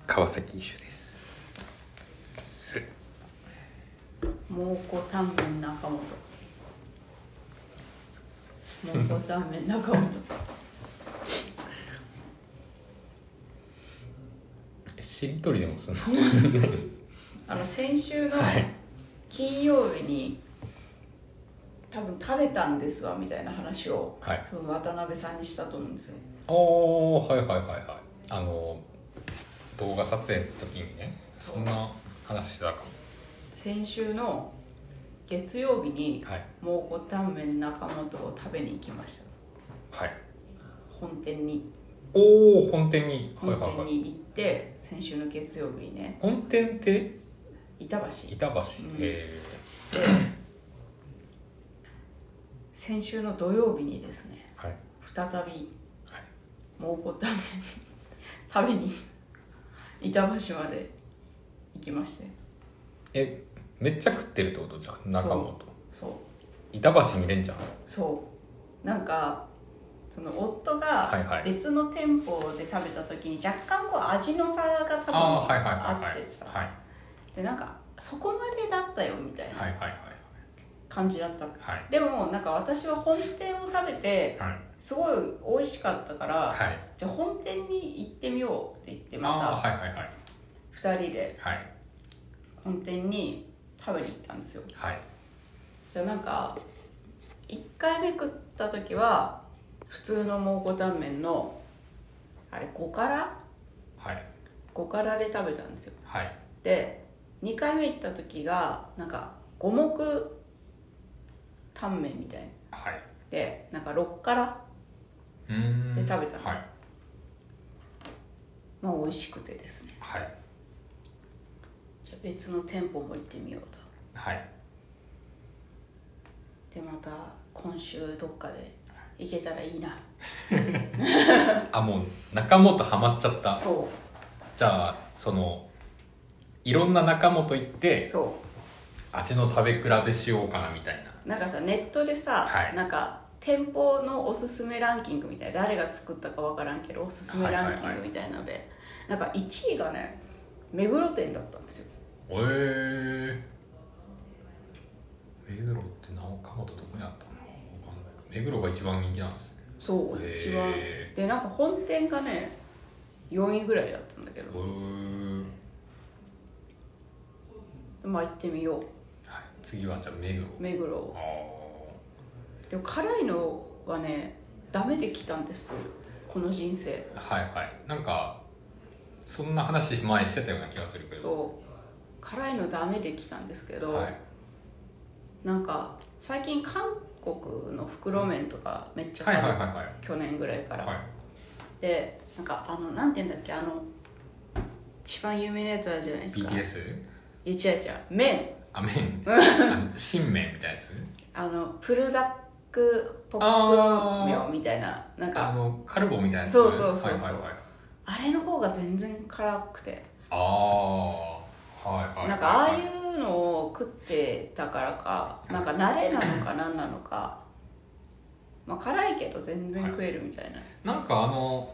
川崎一秀です。 蒙古タンメン中本蒙古タンメン中本しりとりでもすんの先週の金曜日に多分食べたんですわみたいな話を、 はい、 多分渡辺さんにしたと思うんですよ。 はいはいはいはい。動画撮影の時にね、そんな話してたかも。 先週の月曜日にはい、 蒙古タンメン中本を食べに行きました。 はい、 本店に本店に行って、先週の月曜日にね。 本店って板橋、 で先週の土曜日にですね、 はい、 再び蒙古タンメン食べに板橋まで行きまして。 めっちゃ食ってるってことじゃん、中本。 そう板橋見れんじゃん。 そうなんかその夫が別の店舗で食べた時に若干こう味の差が多分あってさ、でなんかそこまでだったよみたいな感じだった、でもなんか私は本店を食べてすごい美味しかったから、じゃあ本店に行ってみようって言って、また2人で本店に食べに行ったんですよ。じゃあなんか1回目食った時は普通の蒙古タンメンのあれ5辛で食べたんですよ。で2回目行った時がなんか五目タンメンみたいな、でなんか6辛で食べたんです。まあ美味しくてですね、じゃあ別の店舗も行ってみようと。でまた今週どっかで行けたらいいなもう中本ハマっちゃった。 そうじゃあいろんな中本行って味の食べ比べしようかなみたいな。 なんかさネットでさ、なんか店舗のおすすめランキングみたいな、誰が作ったか分からんけどおすすめランキングみたいなので、なんか1位がね目黒店だったんですよ。 目黒って中本どこにあったの？分かんない。目黒が一番人気なんですね。 そう一番で、なんか本店がね4位ぐらいだったんだけど、まあ行ってみよう。 次はじゃあ目黒。 でも辛いのはねダメできたんですこの人生。 なんかそんな話前してたような気がするけど、 そう辛いのダメできたんですけど、なんか最近韓国の袋麺とかめっちゃ食べ去年ぐらいから、でなんかなんて言うんだっけ、一番有名なやつあるじゃないですか。 BTS？ 違う麺新麺みたいなやつ、 プルダックポックミョみたいな、なんかカルボみたいなやつ。 そうあれの方が全然辛くて、なんかああいうのを食ってたからか、なんか慣れなのか何なのか、まあ辛いけど全然食えるみたいな、 なんか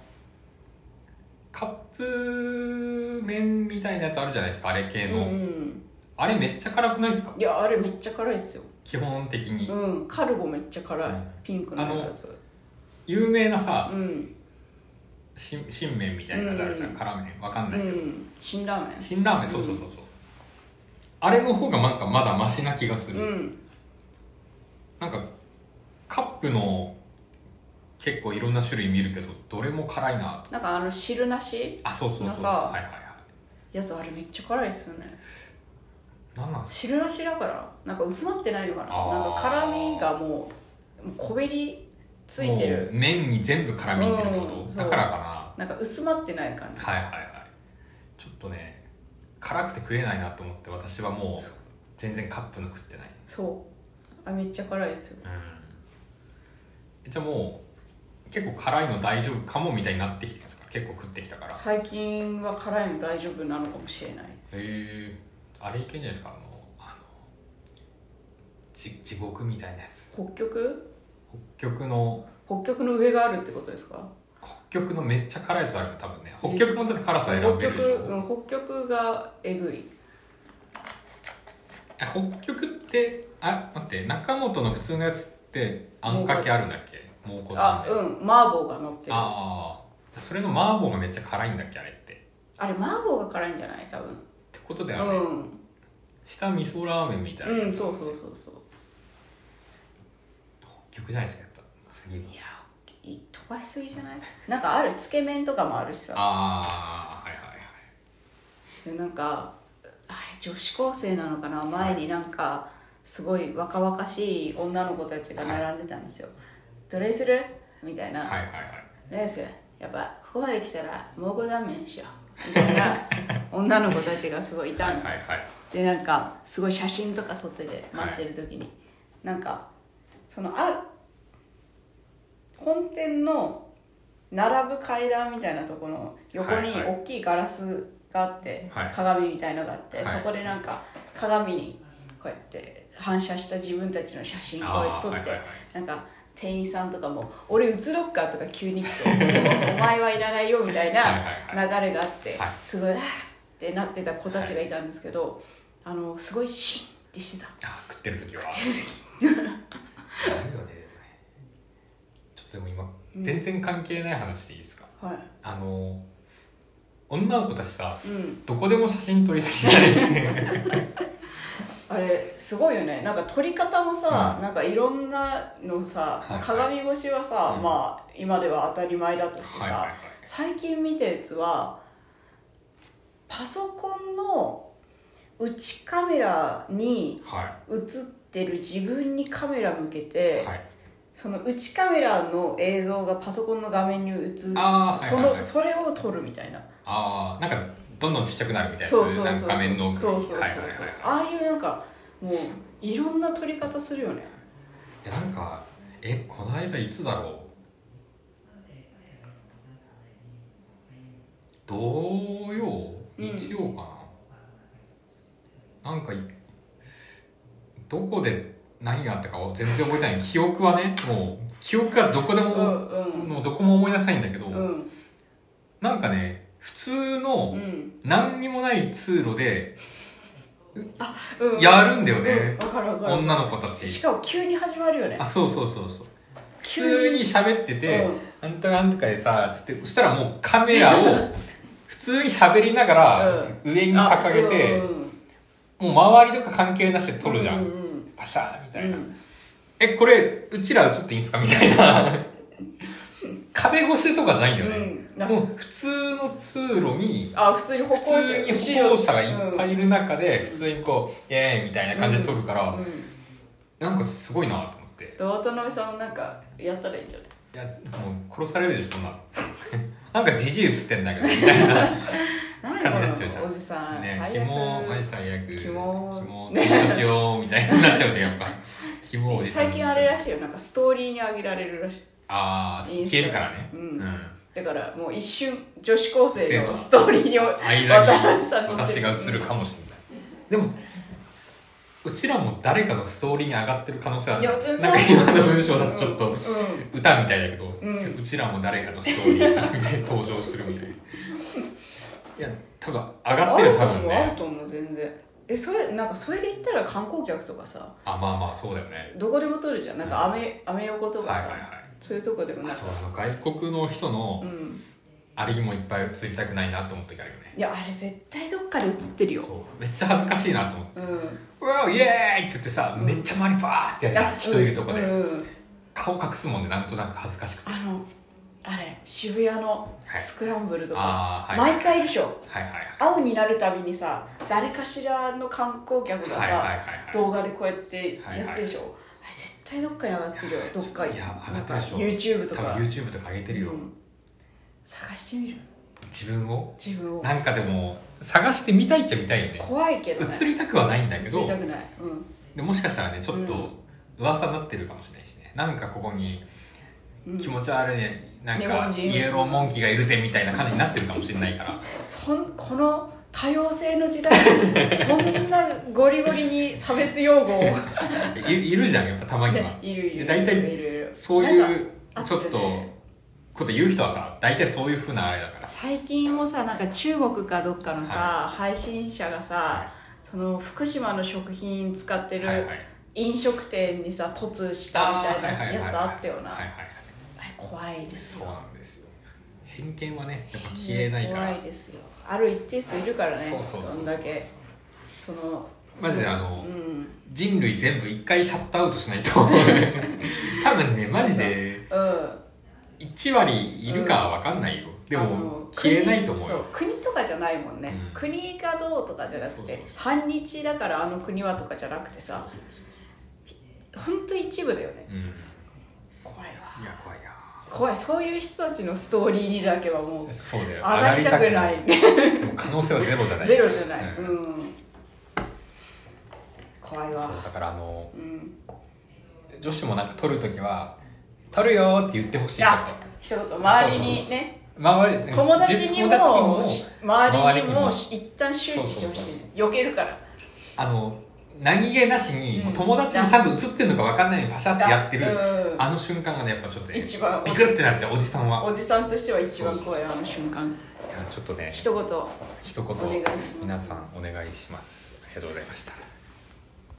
カップ麺みたいなやつあるじゃないですか、あれ系の、あれめっちゃ辛くないですか？ いやあれめっちゃ辛いですよ基本的に。 カルボめっちゃ辛い、ピンクのやつ。 有名なさ、新麺みたいなやつあるじゃん、辛麺わかんないけど、 辛ラーメン、 そう、あれの方がなんかまだマシな気がする、なんかカップの結構いろんな種類見るけどどれも辛いなと。 なんか汁なしのさやつ、あれめっちゃ辛いですよね。 なんなんですか？ 汁なしだからなんか薄まってないのかな、なんか辛みがもうこべりついてる、 麺に全部辛みいってるってこと、だからかな。 なんか薄まってない感じ。 ちょっとね辛くて食えないなと思って、私はもう全然カップの食ってない。 めっちゃ辛いですよ、 じゃあもう結構辛いの大丈夫かもみたいになってきてるんですか？結構食ってきたから。 最近は辛いの大丈夫なのかもしれない。 あれいけんじゃないですか、地獄みたいなやつ。 北極の上があるってことですか？ 北極のめっちゃ辛いやつあるよ多分ね。北極もだって辛さ選べるでしょ。 北極がえぐい。 北極って待って中本の普通のやつってあんかけあるんだっけ？蒙古タンメン。 麻婆が乗ってる。 それの麻婆がめっちゃ辛いんだっけあれって。 あれ麻婆が辛いんじゃない多分。 ってことだよね。下味噌ラーメンみたいな。 そうそう。 北極じゃないですかやっぱ次に。 いや飛ばしすぎじゃない？なんかあるつけ麺とかもあるしさ。でなんかあれ女子高生なのかな、前になんかすごい若々しい女の子たちが並んでたんですよ。どれするみたいな。何ですか、やっぱここまで来たら蒙古タンメンしようみたいな女の子たちがすごいいたんですよ。でなんかすごい写真とか撮ってて待ってる時に、なんかその本店の並ぶ階段みたいなところの横に大きいガラスがあって、鏡みたいのがあって、そこでなんか鏡にこうやって反射した自分たちの写真こうやって撮って、なんか店員さんとかも俺映ろっかとか急に来てお前はいらないよみたいな流れがあって、すごいってなってた子たちがいたんですけど、すごいシーンってしてた。 食ってる時はあるよね。ちょっとでも今全然関係ない話でいいですか？女の子たちさ、どこでも写真撮りすぎじゃないあれすごいよね。なんか撮り方もさ、なんかいろんなのさ、鏡越しはさ、まあ今では当たり前だとしてさ、最近見たやつはパソコンの内カメラに映ってる自分にカメラ向けて、その内カメラの映像がパソコンの画面に映る、それを撮るみたいな。 なんかどんどんちっちゃくなるみたいなやつ、画面の奥に。 ああいうなんかもういろんな撮り方するよね。 いやなんかこの間いつだろう、土曜日曜かな、なんかどこで何があったか全然覚えてない。記憶はね、もう記憶がどこでも、もうどこも思い出せないんだけど、なんかね普通の何にもない通路でやるんだよね、女の子たち。 しかも急に始まるよね。 そう普通に喋ってて、なんとかなんとかでさつって、そしたらもうカメラを普通に喋りながら上に掲げて、もう周りとか関係なしで撮るじゃん、パシャーみたいな、これうちら映っていいんすかみたいな壁越しとかじゃないんだよね、もう普通の通路に普通に歩行者がいっぱいいる中で普通にこうイエーイみたいな感じで撮るから、なんかすごいなと思って。 渡辺さんもなんかやったらいいんじゃない？ いやもう殺されるでしょそんななんかジジイ映ってんだけどみたいな感じになっちゃうじゃん。 おじさんね、マジ最悪、キモツイートしようみたいになっちゃうとやっぱキモおじさん。 最近あれらしいよ、なんかストーリーに上げられるらしい。 消えるからね、 だからもう一瞬女子高生のストーリーに間に私が映るかもしれない。でもうちらも誰かのストーリーに上がってる可能性ある。なんか今の文章だとちょっと歌みたいだけど、うちらも誰かのストーリーみたいに登場するみたいな。いや多分上がってる、多分ね。 あると思う全然。それなんかそれで言ったら観光客とかさ、 まあそうだよね。 どこでも撮るじゃん。なんかアメ横とかさ、そういうとこでもなんか外国の人のあれにもいっぱい映りたくないなと思った時あるよね。 いやあれ絶対どっかで映ってるよ。 めっちゃ恥ずかしいなと思って、うわイエーイって言ってさ、めっちゃ周りバーってやるじゃん、人いるとこで、顔隠すもんでなんとなく恥ずかしくて。 あれ渋谷のスクランブルとか、毎回いるでしょ、青になるたびにさ誰かしらの観光客がさ、動画でこうやってやってるでしょ、あれ絶対どっかに上がってるよ、どっかに。 いや上がってるでしょ、 YouTube とか。 多分 YouTube とか上げてるよ、 探してみる。 自分をなんかでも探してみたいっちゃみたいよね。 怖いけどね、 映りたくはないんだけど、 映りたくない、 でもしかしたらねちょっと噂になってるかもしれないしね、なんかここに気持ち悪いなんかイエローモンキーがいるぜみたいな感じになってるかもしれないからこの多様性の時代そんなゴリゴリに差別用語をいるじゃんやっぱたまには、 いる大体そういうちょっとこと言う人はさ大体そういう風なあれだから。 最近もさなんか中国かどっかのさ、配信者がさ、その福島の食品使ってる飲食店にさ突したみたいなやつあったよな。怖いですよ。 そうなんですよ。偏見はねやっぱ消えないから。 怖いですよ。ある一定数いるからね。どんだけそのマジで人類全部一回シャットアウトしないと多分ねマジで1割いるかは分かんないよ。でも消えないと思うよ。 そう国とかじゃないもんね、国がどうとかじゃなくて反日だからあの国はとかじゃなくてさほんと一部だよね、怖いわ。 いや怖いよ。 怖い。そういう人たちのストーリーにだけはもうそうだよ上がりたくない。 でも可能性はゼロじゃない。 ゼロじゃない。怖いわ。 そうだから女子もなんか撮るときは撮るよって言ってほしい。 一言周りにね、 友達にも周りにも一旦周知してほしい。避けるから。 何気なしに友達もちゃんと映ってるのか分かんないようにパシャってやってるあの瞬間がねやっぱちょっと一番ビクってなっちゃう。おじさんはおじさんとしては一番怖いあの瞬間。いやちょっとね一言お願いします。皆さんお願いします。ありがとうございました。